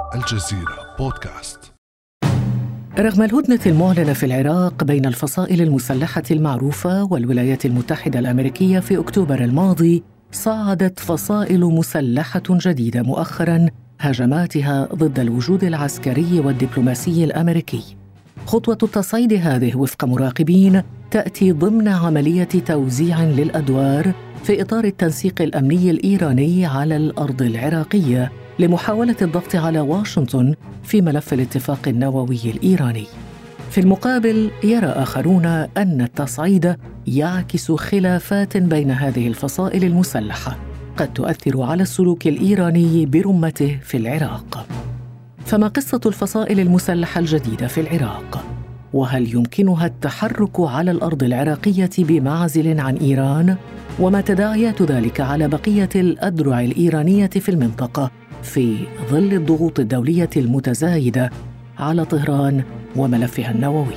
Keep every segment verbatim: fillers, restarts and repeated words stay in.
الجزيرة بودكاست. رغم الهدنة المعلنة في العراق بين الفصائل المسلحة المعروفة والولايات المتحدة الأمريكية في أكتوبر الماضي، صعدت فصائل مسلحة جديدة مؤخراً هجماتها ضد الوجود العسكري والدبلوماسي الأمريكي. خطوة التصعيد هذه وفق مراقبين تأتي ضمن عملية توزيع للأدوار في إطار التنسيق الأمني الإيراني على الأرض العراقية لمحاولة الضغط على واشنطن في ملف الاتفاق النووي الإيراني. في المقابل، يرى آخرون أن التصعيد يعكس خلافات بين هذه الفصائل المسلحة قد تؤثر على السلوك الإيراني برمته في العراق. فما قصة الفصائل المسلحة الجديدة في العراق؟ وهل يمكنها التحرك على الأرض العراقية بمعزل عن إيران؟ وما تداعيات ذلك على بقية الأذرع الإيرانية في المنطقة في ظل الضغوط الدولية المتزايدة على طهران وملفها النووي؟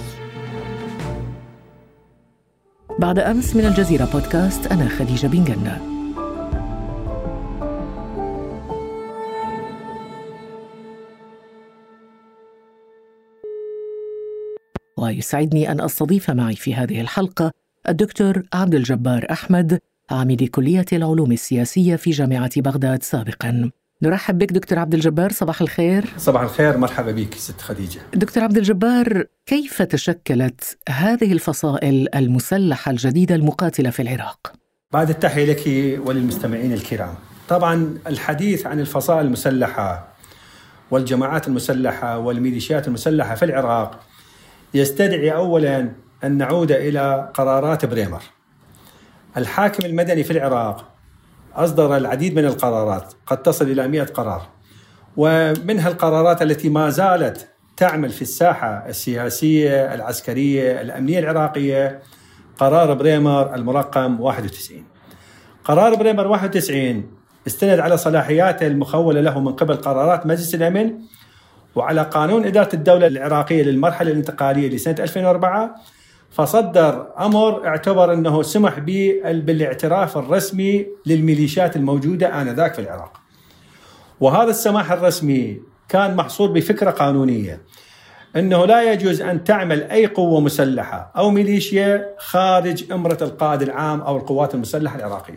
بعد أمس من الجزيرة بودكاست، أنا خديجة بن جنة. ويسعدني أن أستضيف معي في هذه الحلقة الدكتور عبد الجبار أحمد، عميد كلية العلوم السياسية في جامعة بغداد سابقاً. نرحب بك دكتور عبد الجبار، صباح الخير. صباح الخير، مرحبا بك ست خديجة. دكتور عبد الجبار، كيف تشكلت هذه الفصائل المسلحة الجديدة المقاتلة في العراق؟ بعد التحية لك وللمستمعين الكرام. طبعا الحديث عن الفصائل المسلحة والجماعات المسلحة والميليشيات المسلحة في العراق يستدعي أولا أن نعود إلى قرارات بريمر. الحاكم المدني في العراق أصدر العديد من القرارات، قد تصل إلى مئة قرار، ومنها القرارات التي ما زالت تعمل في الساحة السياسية العسكرية الأمنية العراقية. قرار بريمر المرقم واحد وتسعين. قرار بريمر واحد وتسعين استند على صلاحياته المخولة له من قبل قرارات مجلس الأمن وعلى قانون إدارة الدولة العراقية للمرحلة الانتقالية لسنة ألفين وأربعة، فصدر أمر اعتبر أنه سمح بالاعتراف الرسمي للميليشيات الموجودة آنذاك في العراق. وهذا السماح الرسمي كان محصور بفكرة قانونية أنه لا يجوز أن تعمل أي قوة مسلحة أو ميليشيا خارج إمرة القائد العام أو القوات المسلحة العراقية.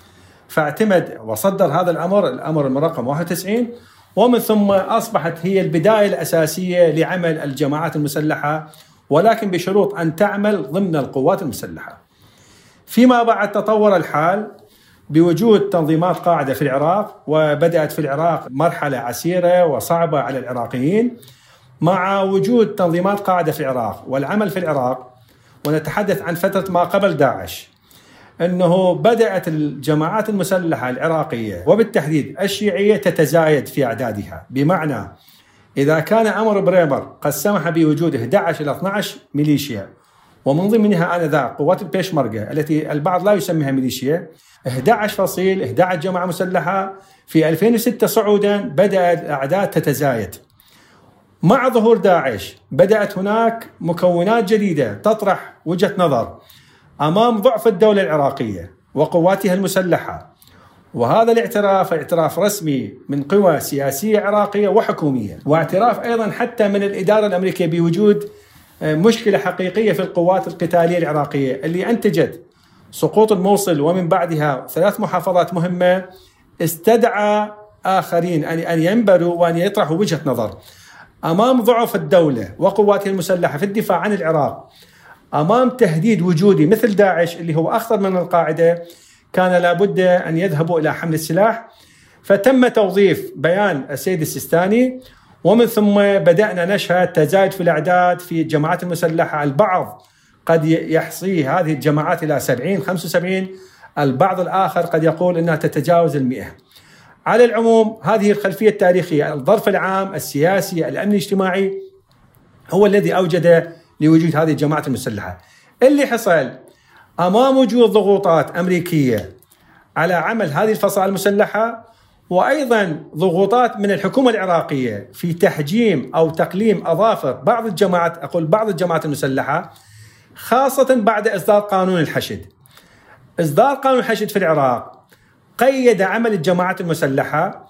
فاعتمد وصدر هذا الأمر الأمر المرقم واحد وتسعين، ومن ثم أصبحت هي البداية الأساسية لعمل الجماعات المسلحة، ولكن بشروط أن تعمل ضمن القوات المسلحة. فيما بعد تطور الحال بوجود تنظيمات قاعدة في العراق، وبدأت في العراق مرحلة عسيرة وصعبة على العراقيين مع وجود تنظيمات قاعدة في العراق والعمل في العراق. ونتحدث عن فترة ما قبل داعش، أنه بدأت الجماعات المسلحة العراقية وبالتحديد الشيعية تتزايد في أعدادها. بمعنى إذا كان أمر بريمر قد سمح بوجود أحد عشر إلى اثني عشر ميليشيا، ومن ضمنها آنذاك قوات البيشمركة التي البعض لا يسميها ميليشيا، أحد عشر فصيل، أحد عشر جماعة مسلحة. في ألفين وستة صعودا بدأت الأعداد تتزايد. مع ظهور داعش بدأت هناك مكونات جديدة تطرح وجهة نظر أمام ضعف الدولة العراقية وقواتها المسلحة، وهذا الاعتراف اعتراف رسمي من قوى سياسية عراقية وحكومية، واعتراف أيضا حتى من الإدارة الأمريكية بوجود مشكلة حقيقية في القوات القتالية العراقية اللي أنتجت سقوط الموصل ومن بعدها ثلاث محافظات مهمة. استدعى آخرين أن ينبروا وأن يطرحوا وجهة نظر أمام ضعف الدولة وقواتها المسلحة في الدفاع عن العراق، أمام تهديد وجودي مثل داعش اللي هو أخطر من القاعدة. كان لابد أن يذهبوا إلى حمل السلاح. فتم توظيف بيان السيد السيستاني، ومن ثم بدأنا نشهد تزايد في الأعداد في الجماعات المسلحة. البعض قد يحصي هذه الجماعات إلى سبعين خمسة وسبعين، البعض الآخر قد يقول أنها تتجاوز المئة. على العموم هذه الخلفية التاريخية، الظرف العام السياسي الأمني الاجتماعي هو الذي أوجد لوجود هذه الجماعات المسلحة. اللي حصل أمام وجود ضغوطات أمريكية على عمل هذه الفصائل المسلحة، وأيضا ضغوطات من الحكومة العراقية في تحجيم أو تقليم أظافر بعض الجماعات، أقول بعض الجماعات المسلحة، خاصة بعد إصدار قانون الحشد. إصدار قانون الحشد في العراق قيد عمل الجماعات المسلحة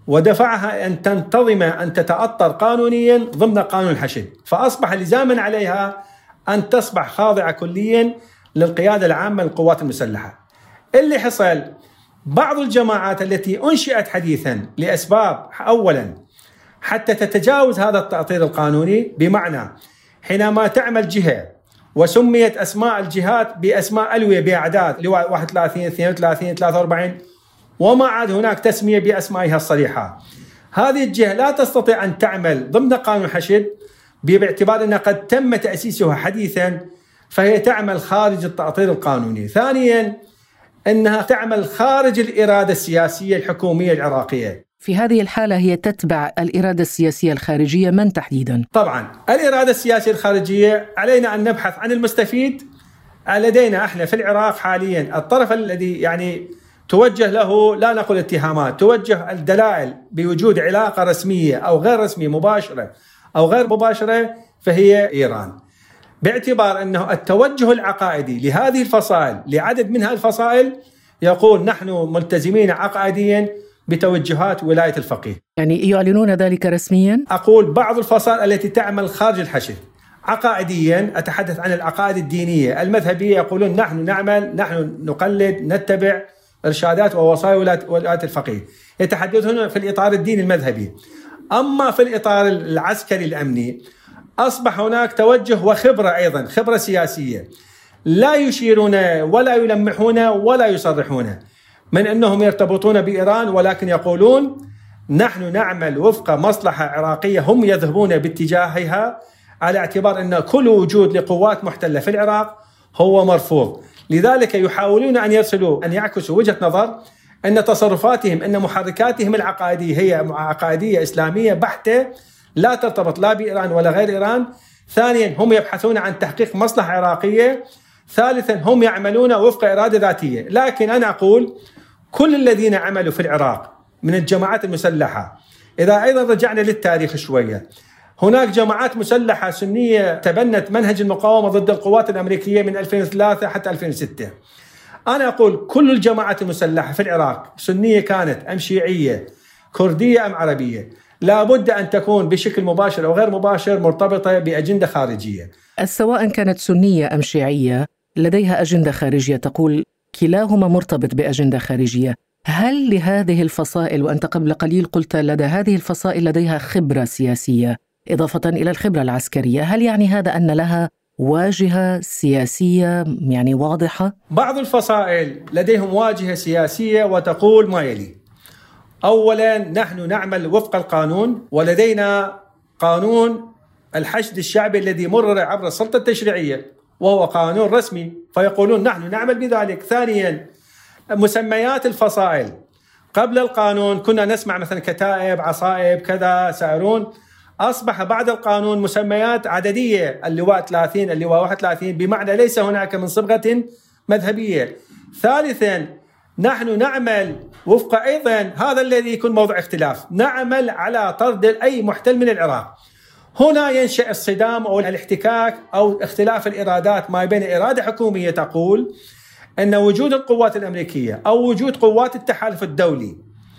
ودفعها أن تنتظم أن تتأطر قانونيا ضمن قانون الحشد، فأصبح لزاما عليها أن تصبح خاضعة كليا للقيادة العامة للقوات المسلحة. اللي حصل بعض الجماعات التي أنشئت حديثا لأسباب، أولا حتى تتجاوز هذا التأطير القانوني، بمعنى حينما تعمل جهة وسميت أسماء الجهات بأسماء ألوية بأعداد لواء واحد وثلاثين اثنين وثلاثين ثلاثة وأربعين وما عاد هناك تسمية بأسمائها الصريحة، هذه الجهة لا تستطيع أن تعمل ضمن قانون الحشد باعتبار أنها قد تم تأسيسها حديثا، فهي تعمل خارج التأطير القانوني. ثانيا أنها تعمل خارج الإرادة السياسية الحكومية العراقية. في هذه الحالة هي تتبع الإرادة السياسية الخارجية من تحديدا؟ طبعا الإرادة السياسية الخارجية علينا أن نبحث عن المستفيد. لدينا احنا في العراق حاليا الطرف الذي يعني توجه له، لا نقول اتهامات، توجه الدلائل بوجود علاقة رسمية أو غير رسمية مباشرة أو غير مباشرة، فهي إيران، باعتبار أنه التوجه العقائدي لهذه الفصائل، لعدد من هذه الفصائل، يقول نحن ملتزمين عقائديا بتوجهات ولاية الفقيه. يعني يعلنون ذلك رسميا؟ أقول بعض الفصائل التي تعمل خارج الحشد عقائديا، أتحدث عن العقائد الدينية المذهبية، يقولون نحن نعمل، نحن نقلد، نتبع إرشادات ووصايا ولاية الفقيه، يتحدثون في الإطار الديني المذهبي. أما في الإطار العسكري الأمني أصبح هناك توجه وخبرة، أيضا خبرة سياسية، لا يشيرون ولا يلمحون ولا يصرحون من أنهم يرتبطون بإيران، ولكن يقولون نحن نعمل وفق مصلحة عراقية هم يذهبون باتجاهها، على اعتبار أن كل وجود لقوات محتلة في العراق هو مرفوض. لذلك يحاولون أن يرسلوا، أن يعكسوا وجهة نظر أن تصرفاتهم، أن محركاتهم العقائدية هي عقائدية إسلامية بحتة، لا ترتبط لا بإيران ولا غير إيران. ثانيا هم يبحثون عن تحقيق مصلحة عراقية. ثالثا هم يعملون وفق إرادة ذاتية. لكن أنا أقول كل الذين عملوا في العراق من الجماعات المسلحة، إذا أيضا رجعنا للتاريخ شوية، هناك جماعات مسلحة سنية تبنت منهج المقاومة ضد القوات الأمريكية من ألفين وثلاثة حتى ألفين وستة. أنا أقول كل الجماعات المسلحة في العراق سنية كانت أم شيعية، كردية أم عربية، لابد أن تكون بشكل مباشر أو غير مباشر مرتبطة بأجندة خارجية. سواء كانت سنية أم شيعية لديها أجندة خارجية، تقول كلاهما مرتبط بأجندة خارجية. هل لهذه الفصائل، وأنت قبل قليل قلت لدى هذه الفصائل لديها خبرة سياسية إضافة إلى الخبرة العسكرية، هل يعني هذا أن لها واجهة سياسية يعني واضحة؟ بعض الفصائل لديهم واجهة سياسية وتقول ما يلي: أولا نحن نعمل وفق القانون، ولدينا قانون الحشد الشعبي الذي مرر عبر السلطة التشريعية وهو قانون رسمي، فيقولون نحن نعمل بذلك. ثانيا مسميات الفصائل قبل القانون كنا نسمع مثلا كتائب، عصائب، كذا، سائرون، أصبح بعد القانون مسميات عددية، اللواء ثلاثين، اللواء واحد وثلاثين، بمعنى ليس هناك من صبغة مذهبية. ثالثا نحن نعمل وفق أيضا هذا الذي يكون موضع اختلاف، نعمل على طرد أي محتل من العراق. هنا ينشأ الصدام أو الاحتكاك أو اختلاف الإرادات ما بين إرادة حكومية تقول أن وجود القوات الأمريكية أو وجود قوات التحالف الدولي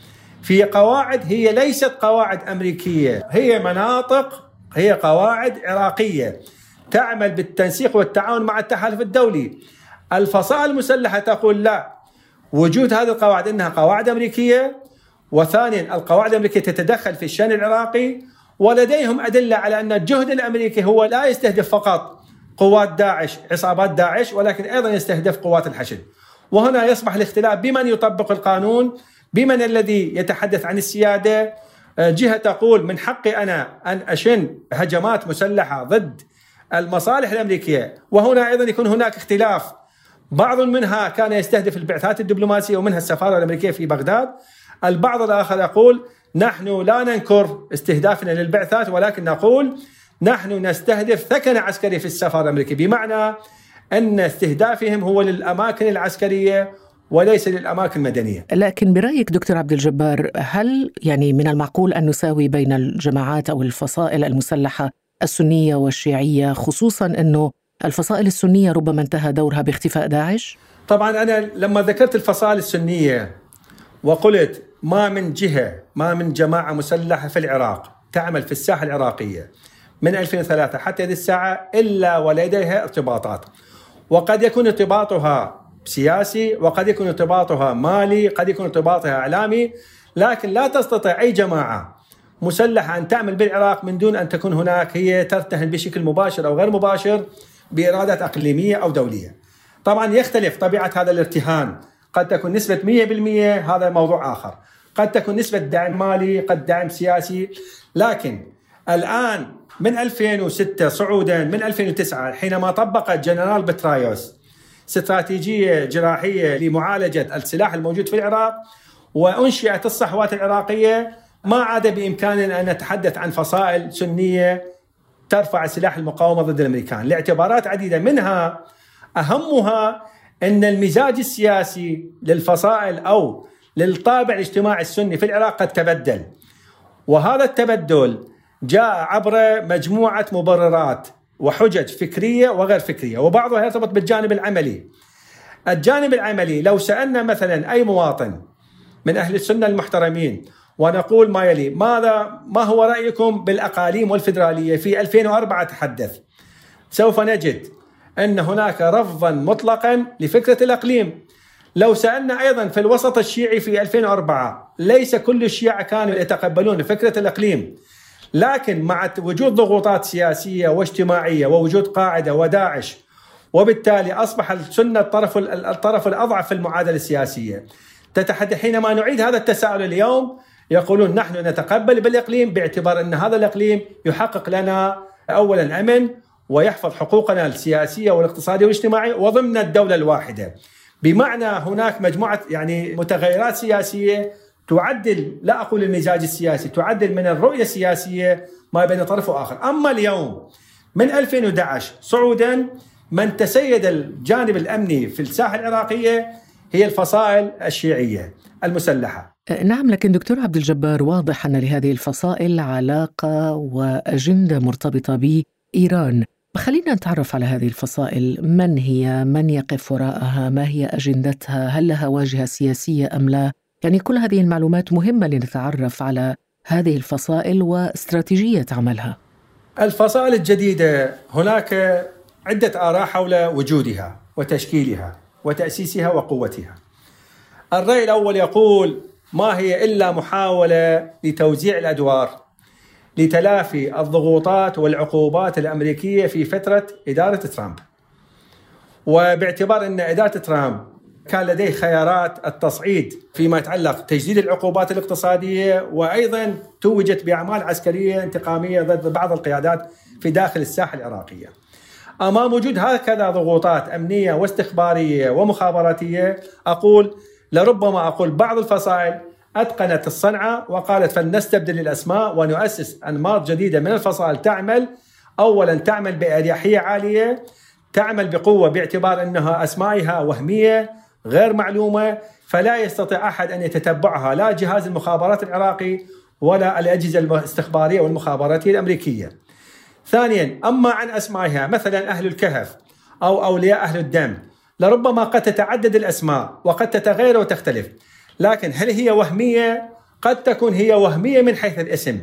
في قواعد هي ليست قواعد أمريكية، هي مناطق، هي قواعد عراقية تعمل بالتنسيق والتعاون مع التحالف الدولي. الفصائل المسلحة تقول لا، وجود هذه القواعد إنها قواعد أمريكية، وثانيا القواعد الأمريكية تتدخل في الشأن العراقي، ولديهم أدلة على أن الجهد الأمريكي هو لا يستهدف فقط قوات داعش، عصابات داعش، ولكن أيضا يستهدف قوات الحشد. وهنا يصبح الاختلاف بمن يطبق القانون، بمن الذي يتحدث عن السيادة. جهة تقول من حقي أنا أن أشن هجمات مسلحة ضد المصالح الأمريكية، وهنا أيضا يكون هناك اختلاف، بعض منها كان يستهدف البعثات الدبلوماسية ومنها السفارة الأمريكية في بغداد. البعض الآخر يقول نحن لا ننكر استهدافنا للبعثات، ولكن نقول نحن نستهدف ثكن عسكري في السفارة الأمريكية، بمعنى أن استهدافهم هو للأماكن العسكرية وليس للأماكن المدنية. لكن برأيك دكتور عبد الجبار، هل يعني من المعقول أن نساوي بين الجماعات أو الفصائل المسلحة السنية والشيعية، خصوصاً أنه الفصائل السنية ربما انتهى دورها باختفاء داعش؟ طبعاً أنا لما ذكرت الفصائل السنية وقلت ما من جهة ما من جماعة مسلحة في العراق تعمل في الساحة العراقية من ألفين وثلاثة حتى هذه الساعة إلا ولديها ارتباطات، وقد يكون ارتباطها سياسي، وقد يكون ارتباطها مالي، قد يكون ارتباطها إعلامي، لكن لا تستطيع أي جماعة مسلحة أن تعمل بالعراق من دون أن تكون هناك هي ترتهن بشكل مباشر أو غير مباشر بإرادات أقليمية أو دولية. طبعا يختلف طبيعة هذا الارتهان، قد تكون نسبة مئة بالمئة، هذا موضوع آخر، قد تكون نسبة دعم مالي، قد دعم سياسي. لكن الآن من ألفين وستة صعودا من ألفين وتسعة حينما طبقت جنرال بطريوس استراتيجية جراحية لمعالجة السلاح الموجود في العراق وأنشئت الصحوات العراقية، ما عاد بإمكاننا أن نتحدث عن فصائل سنية ترفع سلاح المقاومة ضد الأمريكان لاعتبارات عديدة، منها أهمها أن المزاج السياسي للفصائل أو للطابع الاجتماعي السني في العراق قد تبدل، وهذا التبدل جاء عبر مجموعة مبررات وحجج فكرية وغير فكرية، وبعضها يرتبط بالجانب العملي. الجانب العملي، لو سألنا مثلا أي مواطن من أهل السنة المحترمين ونقول ما يلي: ماذا ما هو رأيكم بالأقاليم والفيدرالية في ألفين وأربعة تحدث، سوف نجد أن هناك رفضا مطلقا لفكرة الأقليم. لو سألنا أيضا في الوسط الشيعي في ألفين وأربعة، ليس كل الشيعة كانوا يتقبلون فكرة الأقليم، لكن مع وجود ضغوطات سياسية واجتماعية ووجود قاعدة وداعش، وبالتالي أصبح السنة الطرف الطرف الأضعف في المعادلة السياسية. تتحدث حينما نعيد هذا التساؤل اليوم يقولون نحن نتقبل بالإقليم باعتبار أن هذا الإقليم يحقق لنا أولا أمن ويحفظ حقوقنا السياسية والاقتصادية والاجتماعية وضمن الدولة الواحدة، بمعنى هناك مجموعة يعني متغيرات سياسية تعدل، لا أقول المزاج السياسي، تعدل من الرؤية السياسية ما بين طرف وآخر. أما اليوم من ألفين وأحد عشر صعودا من تسيد الجانب الأمني في الساحة العراقية هي الفصائل الشيعية المسلحة. نعم، لكن دكتور عبد الجبار، واضح أن لهذه الفصائل علاقة وأجندة مرتبطة بإيران. خلينا نتعرف على هذه الفصائل، من هي؟ من يقف وراءها؟ ما هي أجندتها؟ هل لها واجهة سياسية أم لا؟ يعني كل هذه المعلومات مهمة لنتعرف على هذه الفصائل واستراتيجية عملها. الفصائل الجديدة هناك عدة آراء حول وجودها وتشكيلها وتأسيسها وقوتها. الرأي الأول يقول ما هي إلا محاولة لتوزيع الأدوار لتلافي الضغوطات والعقوبات الأمريكية في فترة إدارة ترامب، وباعتبار أن إدارة ترامب كان لديه خيارات التصعيد فيما يتعلق تجديد العقوبات الاقتصادية، وأيضا توجت بأعمال عسكرية انتقامية ضد بعض القيادات في داخل الساحة العراقية. أمام وجود هكذا ضغوطات أمنية واستخبارية ومخابراتية، أقول لربما أقول بعض الفصائل أتقنت الصنعة وقالت فلنستبدل الأسماء ونؤسس أنماط جديدة من الفصائل تعمل أولا تعمل بأريحية عالية، تعمل بقوة باعتبار أنها أسمائها وهمية غير معلومة، فلا يستطيع أحد أن يتتبعها، لا جهاز المخابرات العراقي ولا الأجهزة الاستخبارية والمخابراتية الأمريكية. ثانيا، أما عن أسمائها مثلا أهل الكهف أو أولياء أهل الدم، لربما قد تتعدد الأسماء وقد تتغير وتختلف، لكن هل هي وهمية؟ قد تكون هي وهمية من حيث الاسم،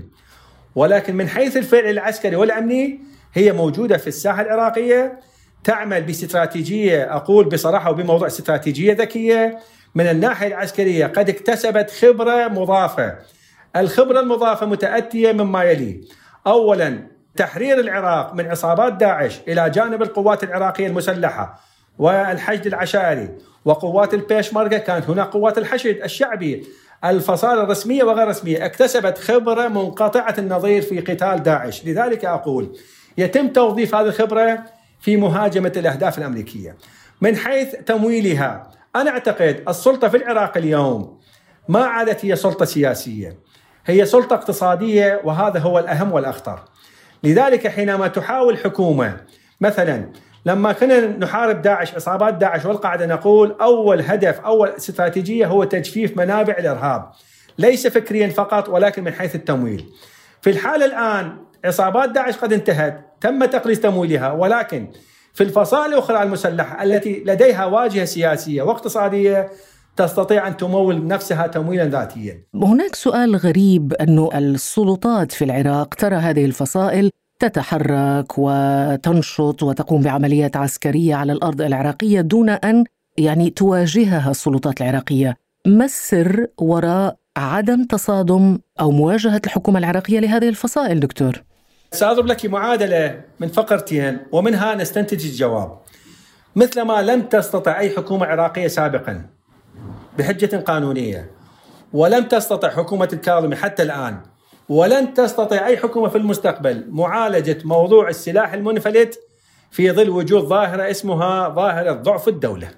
ولكن من حيث الفعل العسكري والأمني هي موجودة في الساحة العراقية، تعمل باستراتيجية، أقول بصراحة وبموضوع استراتيجية ذكية. من الناحية العسكرية قد اكتسبت خبرة مضافة، الخبرة المضافة متأتية مما يلي: أولا تحرير العراق من عصابات داعش إلى جانب القوات العراقية المسلحة والحشد العشائري وقوات البيشمركة، كانت هناك قوات الحشد الشعبي، الفصائل الرسمية وغير الرسمية، اكتسبت خبرة منقطعة النظير في قتال داعش. لذلك أقول يتم توظيف هذه الخبرة في مهاجمة الأهداف الأمريكية. من حيث تمويلها، أنا أعتقد السلطة في العراق اليوم ما عادت هي سلطة سياسية، هي سلطة اقتصادية، وهذا هو الأهم والأخطر. لذلك حينما تحاول حكومة، مثلا لما كنا نحارب داعش، عصابات داعش والقاعدة، نقول أول هدف أول استراتيجية هو تجفيف منابع الإرهاب، ليس فكريا فقط ولكن من حيث التمويل. في الحالة الآن عصابات داعش قد انتهت، تم تقليص تمويلها، ولكن في الفصائل الأخرى المسلحة التي لديها واجهة سياسية واقتصادية تستطيع أن تمول نفسها تمويلا ذاتيا. هناك سؤال غريب أنه السلطات في العراق ترى هذه الفصائل تتحرك وتنشط وتقوم بعمليات عسكرية على الأرض العراقية دون أن يعني تواجهها السلطات العراقية. ما السر وراء عدم تصادم أو مواجهة الحكومة العراقية لهذه الفصائل دكتور؟ سأضرب لك معادلة من فقرتين ومنها نستنتج الجواب. مثلما لم تستطع أي حكومة عراقية سابقا بحجة قانونية، ولم تستطع حكومة الكاظمي حتى الآن، ولن تستطيع أي حكومة في المستقبل معالجة موضوع السلاح المنفلت في ظل وجود ظاهرة اسمها ظاهرة ضعف الدولة.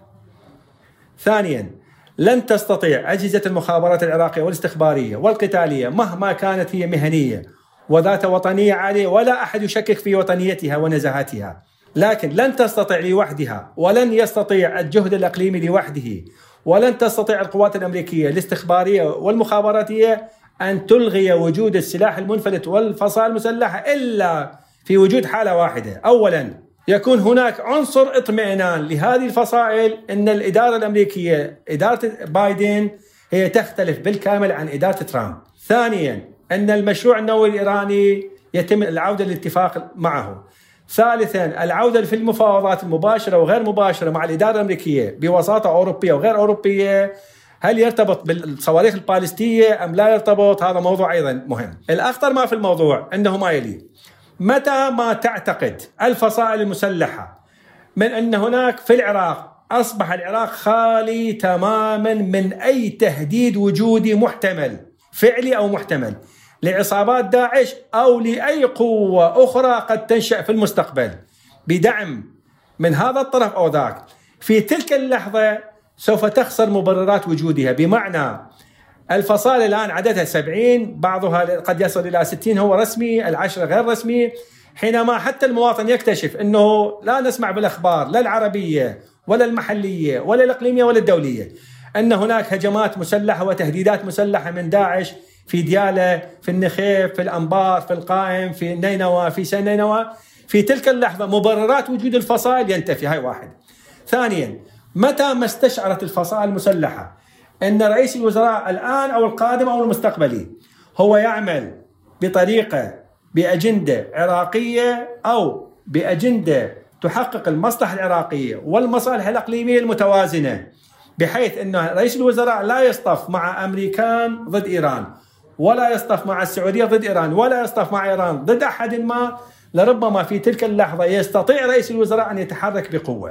ثانيا، لن تستطيع أجهزة المخابرات العراقية والاستخبارية والقتالية مهما كانت هي مهنية وذات وطنية عالية، ولا أحد يشكك في وطنيتها ونزاهتها، لكن لن تستطيع لوحدها، ولن يستطيع الجهد الإقليمي لوحده، ولن تستطيع القوات الأمريكية الاستخبارية والمخابراتية أن تلغي وجود السلاح المنفلت والفصائل المسلحة إلا في وجود حالة واحدة. أولا، يكون هناك عنصر اطمئنان لهذه الفصائل أن الإدارة الأمريكية إدارة بايدن هي تختلف بالكامل عن إدارة ترامب. ثانيا، أن المشروع النووي الإيراني يتم العودة للاتفاق معه. ثالثا، العودة في المفاوضات المباشرة وغير مباشرة مع الإدارة الأمريكية بوساطة أوروبية وغير أوروبية. هل يرتبط بالصواريخ البالستية أم لا يرتبط؟ هذا موضوع أيضا مهم. الأخطر ما في الموضوع أنه ما يلي: متى ما تعتقد الفصائل المسلحة من أن هناك في العراق أصبح العراق خالي تماما من أي تهديد وجودي محتمل فعلي أو محتمل لعصابات داعش أو لأي قوة أخرى قد تنشأ في المستقبل بدعم من هذا الطرف أو ذاك، في تلك اللحظة سوف تخسر مبررات وجودها. بمعنى الفصائل الآن عددها سبعين، بعضها قد يصل إلى ستين هو رسمي، العشرة غير رسمي. حينما حتى المواطن يكتشف أنه لا نسمع بالأخبار لا العربية ولا المحلية ولا الإقليمية ولا الدولية أن هناك هجمات مسلحة وتهديدات مسلحة من داعش في ديالى، في النخيف، في الأنبار، في القائم، في نينوى، في سنينوى، في تلك اللحظة مبررات وجود الفصائل ينتفي. هاي واحد. ثانيا، متى ما استشعرت الفصائل المسلحة أن رئيس الوزراء الآن أو القادم أو المستقبلي هو يعمل بطريقة بأجندة عراقية أو بأجندة تحقق المصلحة العراقية والمصالح الإقليمية المتوازنة، بحيث أن رئيس الوزراء لا يصطف مع أمريكان ضد إيران، ولا يصطف مع السعودية ضد إيران، ولا يصطف مع إيران ضد أحد ما، لربما في تلك اللحظة يستطيع رئيس الوزراء أن يتحرك بقوة.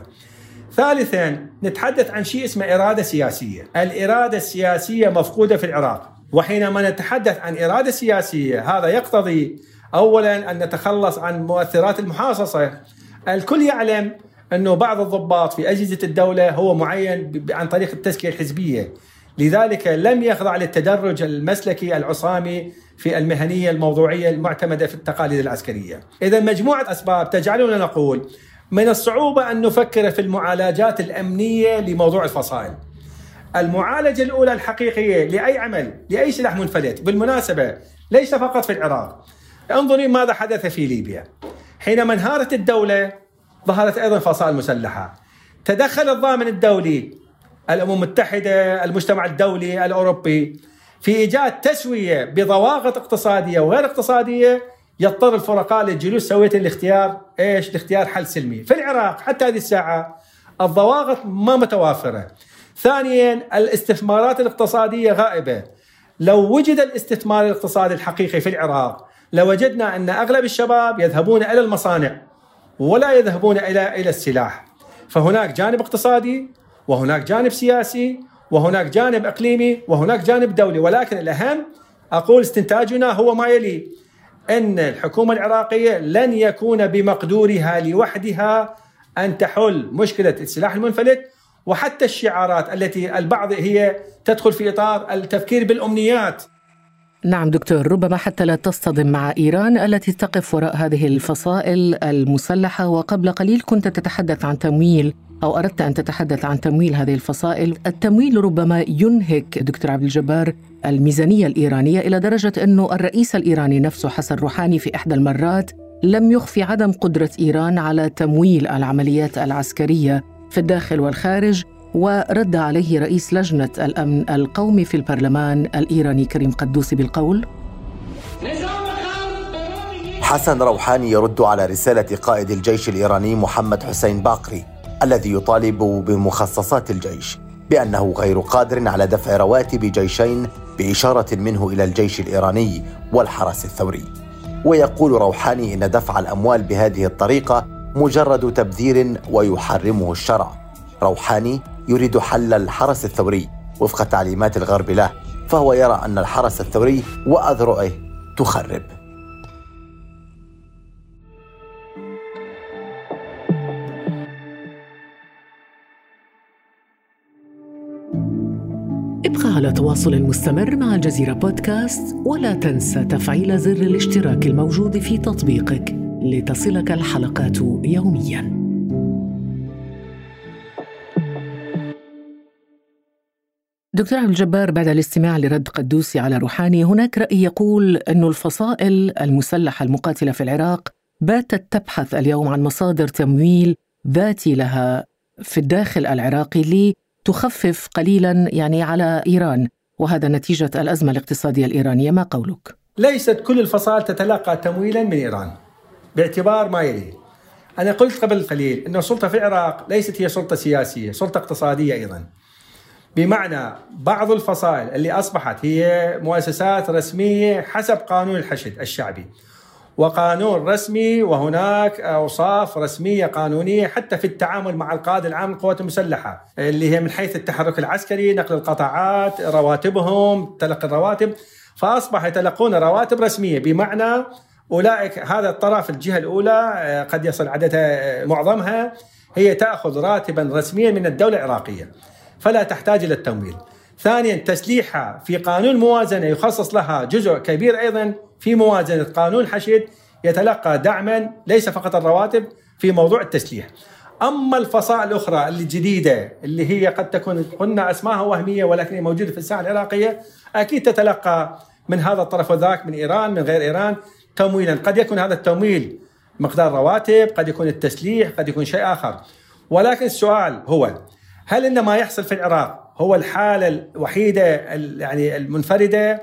ثالثا، نتحدث عن شيء اسمه إرادة سياسية. الإرادة السياسية مفقودة في العراق، وحينما نتحدث عن إرادة سياسية هذا يقتضي أولا أن نتخلص عن مؤثرات المحاصصة. الكل يعلم أنه بعض الضباط في أجهزة الدولة هو معين عن طريق التزكية الحزبية، لذلك لم يخضع للتدرج المسلكي العصامي في المهنية الموضوعية المعتمدة في التقاليد العسكرية. إذا مجموعة أسباب تجعلنا نقول من الصعوبة أن نفكر في المعالجات الأمنية لموضوع الفصائل. المعالجة الأولى الحقيقية لأي عمل لأي سلاح منفلت، بالمناسبة ليس فقط في العراق، انظري ماذا حدث في ليبيا. حينما انهارت الدولة ظهرت أيضا فصائل مسلحة، تدخل الضامن الدولي، الأمم المتحدة، المجتمع الدولي الأوروبي، في إيجاد تسوية بضوابط اقتصادية وغير اقتصادية. يضطر الفرقاء للجلوس سوية الاختيار إيش؟ لاختيار حل سلمي. في العراق حتى هذه الساعة الضوابط ما متوافرة. ثانيا، الاستثمارات الاقتصادية غائبة. لو وجد الاستثمار الاقتصادي الحقيقي في العراق لوجدنا أن أغلب الشباب يذهبون إلى المصانع ولا يذهبون إلى إلى السلاح. فهناك جانب اقتصادي، وهناك جانب سياسي، وهناك جانب إقليمي، وهناك جانب دولي. ولكن الأهم أقول استنتاجنا هو ما يلي: أن الحكومة العراقية لن يكون بمقدورها لوحدها أن تحل مشكلة السلاح المنفلت، وحتى الشعارات التي البعض هي تدخل في إطار التفكير بالأمنيات. نعم دكتور، ربما حتى لا تصطدم مع إيران التي تقف وراء هذه الفصائل المسلحة. وقبل قليل كنت تتحدث عن تمويل أو أردت أن تتحدث عن تمويل هذه الفصائل. التمويل ربما ينهك دكتور عبد الجبار الميزانية الإيرانية، إلى درجة أنه الرئيس الإيراني نفسه حسن روحاني في إحدى المرات لم يخفي عدم قدرة إيران على تمويل العمليات العسكرية في الداخل والخارج، ورد عليه رئيس لجنة الأمن القومي في البرلمان الإيراني كريم قدوسي بالقول: حسن روحاني يرد على رسالة قائد الجيش الإيراني محمد حسين باقري الذي يطالب بمخصصات الجيش بأنه غير قادر على دفع رواتب جيشين، بإشارة منه إلى الجيش الإيراني والحرس الثوري. ويقول روحاني إن دفع الأموال بهذه الطريقة مجرد تبذير ويحرمه الشرع. روحاني يريد حل الحرس الثوري وفق تعليمات الغرب له، فهو يرى أن الحرس الثوري وأذرعه تخرب. ابقى على تواصل مستمر مع الجزيرة بودكاست، ولا تنسى تفعيل زر الاشتراك الموجود في تطبيقك لتصلك الحلقات يومياً. دكتور عبد الجبار، بعد الاستماع لرد قدوسي على روحاني، هناك رأي يقول أن الفصائل المسلحة المقاتلة في العراق باتت تبحث اليوم عن مصادر تمويل ذاتي لها في الداخل العراقي لتخفف قليلا يعني على إيران، وهذا نتيجة الأزمة الاقتصادية الإيرانية. ما قولك؟ ليست كل الفصائل تتلقى تمويلا من إيران باعتبار ما يلي. أنا قلت قبل قليل أن السلطة في العراق ليست هي سلطة سياسية، سلطة اقتصادية أيضا، بمعنى بعض الفصائل اللي أصبحت هي مؤسسات رسمية حسب قانون الحشد الشعبي وقانون رسمي، وهناك أوصاف رسمية قانونية حتى في التعامل مع القائد العام للقوات المسلحة، اللي هي من حيث التحرك العسكري، نقل القطاعات، رواتبهم، تلقي الرواتب، فأصبح يتلقون رواتب رسمية، بمعنى أولئك هذا الطرف الجهة الأولى قد يصل عددها معظمها هي تأخذ راتبا رسميا من الدولة العراقية فلا تحتاج إلى التمويل. ثانيا، تسليحها في قانون الموازنة يخصص لها جزء كبير أيضا في موازنة قانون الحشد يتلقى دعما ليس فقط الرواتب في موضوع التسليح. أما الفصائل الأخرى الجديدة اللي هي قد تكون قلنا أسماءها وهمية ولكن هي موجودة في الساحة العراقية، أكيد تتلقى من هذا الطرف وذاك، من إيران من غير إيران، تمويلا. قد يكون هذا التمويل مقدار رواتب، قد يكون التسليح، قد يكون شيء آخر. ولكن السؤال هو، هل إن ما يحصل في العراق هو الحالة الوحيدة يعني المنفردة؟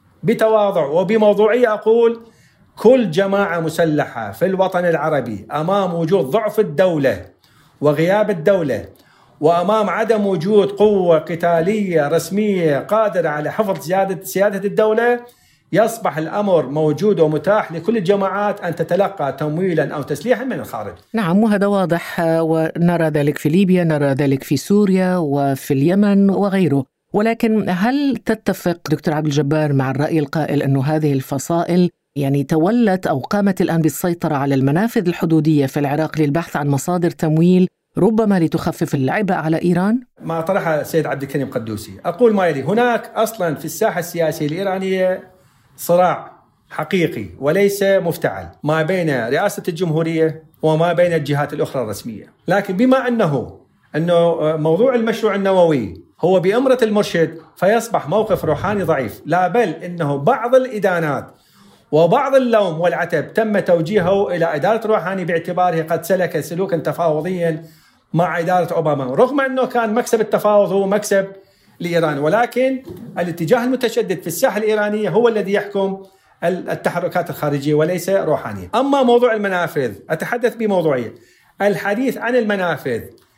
بتواضع وبموضوعية أقول كل جماعة مسلحة في الوطن العربي أمام وجود ضعف الدولة وغياب الدولة، وأمام عدم وجود قوة قتالية رسمية قادرة على حفظ سيادة سيادة الدولة، يصبح الأمر موجود ومتاح لكل الجماعات أن تتلقى تمويلا أو تسليحا من الخارج. نعم، وهذا واضح، ونرى ذلك في ليبيا، نرى ذلك في سوريا وفي اليمن وغيره. ولكن هل تتفق دكتور عبد الجبار مع الرأي القائل أنه هذه الفصائل يعني تولت أو قامت الآن بالسيطرة على المنافذ الحدودية في العراق للبحث عن مصادر تمويل ربما لتخفف العبء على إيران؟ ما طرحه السيد عبد الكريم قدوسي أقول ما يلي: هناك أصلا في الساحة السياسية الإيرانية صراع حقيقي وليس مفتعل ما بين رئاسة الجمهورية وما بين الجهات الأخرى الرسمية. لكن بما أنه أنه موضوع المشروع النووي هو بأمرة المرشد، فيصبح موقف روحاني ضعيف. لا بل إنه بعض الإدانات وبعض اللوم والعتب تم توجيهه إلى إدارة روحاني باعتباره قد سلك سلوكا تفاوضيا مع إدارة أوباما، رغم أنه كان مكسب التفاوض هو مكسب لإيران، ولكن الاتجاه المتشدد في الساحة الإيرانية هو الذي يحكم التحركات الخارجية وليس روحاني. أما موضوع المنافذ، أتحدث بموضوعية. الحديث عن المنافذ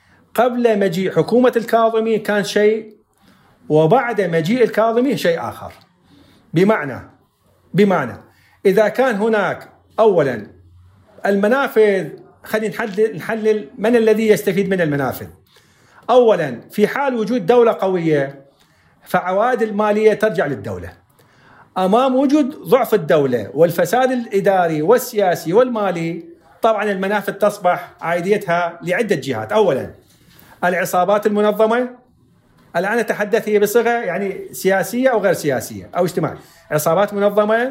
قبل مجيء حكومة الكاظمي كان شيء، وبعد مجيء الكاظمي شيء آخر. بمعنى بمعنى إذا كان هناك أولا المنافذ، خلينا نحلل نحلل من الذي يستفيد من المنافذ. أولا، في حال وجود دولة قوية فعوائد المالية ترجع للدولة. أمام وجود ضعف الدولة والفساد الإداري والسياسي والمالي، طبعا المنافذ تصبح عائديتها لعدة جهات. أولا، العصابات المنظمة، الآن أتحدث هي بصيغة يعني سياسية أو غير سياسية أو اجتماعية. عصابات منظمة،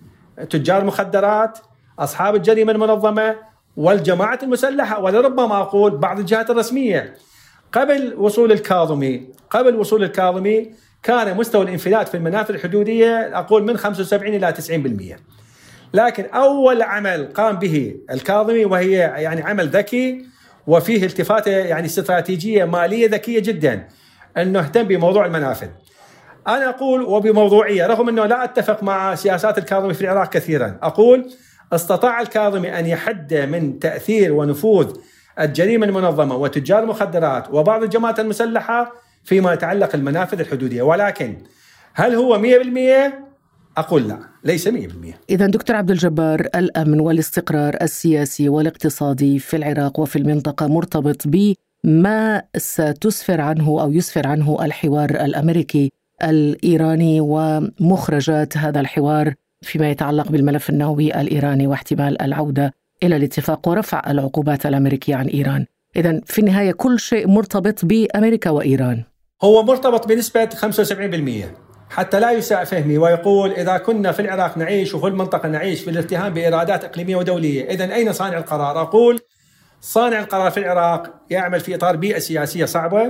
تجار مخدرات، أصحاب الجريمة المنظمة، والجماعات المسلحة، ولربما أقول بعض الجهات الرسمية. قبل وصول الكاظمي قبل وصول الكاظمي كان مستوى الانفلات في المنافذ الحدودية أقول من خمسة وسبعين إلى تسعين بالمئة. لكن أول عمل قام به الكاظمي، وهي يعني عمل ذكي وفيه التفاتة يعني استراتيجية مالية ذكية جدا أنه اهتم بموضوع المنافذ. أنا أقول وبموضوعية، رغم أنه لا أتفق مع سياسات الكاظمي في العراق كثيرا، أقول استطاع الكاظمي أن يحد من تأثير ونفوذ الجريمة المنظمة وتجار المخدرات وبعض الجماعات المسلحة فيما يتعلق المنافذ الحدودية، ولكن هل هو مئة بالمئة؟ أقول لا، ليس مئة بالمئة. إذن دكتور عبد الجبار، الأمن والاستقرار السياسي والاقتصادي في العراق وفي المنطقة مرتبط بما ستسفر عنه أو يسفر عنه الحوار الأمريكي الإيراني ومخرجات هذا الحوار فيما يتعلق بالملف النووي الإيراني واحتمال العودة إلى الاتفاق ورفع العقوبات الأمريكية عن إيران. إذن في النهاية كل شيء مرتبط بأمريكا وإيران. هو مرتبط بنسبة خمسة وسبعين بالمئة، حتى لا يساء فهمي ويقول إذا كنا في العراق نعيش وفي المنطقة نعيش في الاتهام بإرادات إقليمية ودولية، إذن أين صانع القرار؟ أقول صانع القرار في العراق يعمل في إطار بيئة سياسية صعبة،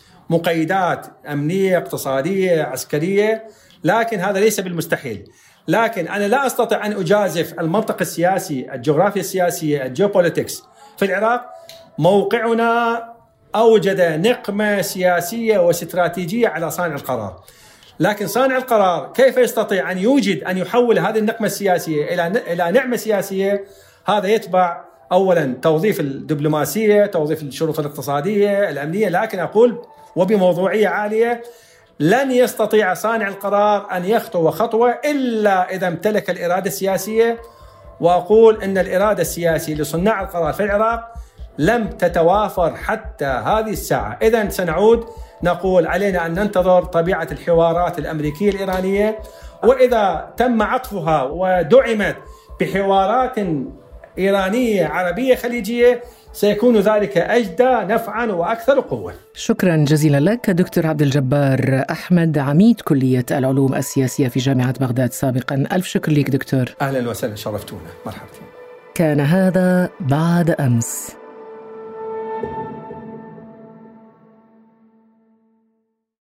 مقيدات أمنية اقتصادية عسكرية، لكن هذا ليس بالمستحيل. لكن أنا لا أستطيع أن أجازف المنطق السياسي، الجغرافيا السياسية، الجيوبوليتكس في العراق. موقعنا أوجد نقمة سياسية واستراتيجية على صانع القرار، لكن صانع القرار كيف يستطيع أن يوجد أن يحول هذه النقمة السياسية إلى إلى نعمة سياسية؟ هذا يتبع أولا توظيف الدبلوماسية، توظيف الشروط الاقتصادية الأمنية، لكن أقول وبموضوعية عالية لن يستطيع صانع القرار أن يخطو خطوة إلا إذا امتلك الإرادة السياسية. وأقول أن الإرادة السياسية لصناع القرار في العراق لم تتوافر حتى هذه الساعة. إذن سنعود نقول علينا أن ننتظر طبيعة الحوارات الأمريكية الإيرانية، وإذا تم عطفها ودعمت بحوارات إيرانية عربية خليجية سيكون ذلك أجدى نفعا وأكثر قوة. شكرا جزيلا لك دكتور عبد الجبار أحمد، عميد كلية العلوم السياسية في جامعة بغداد سابقا. ألف شكر لك دكتور. أهلا وسهلا، شرفتونا، مرحبا. كان هذا بعد أمس.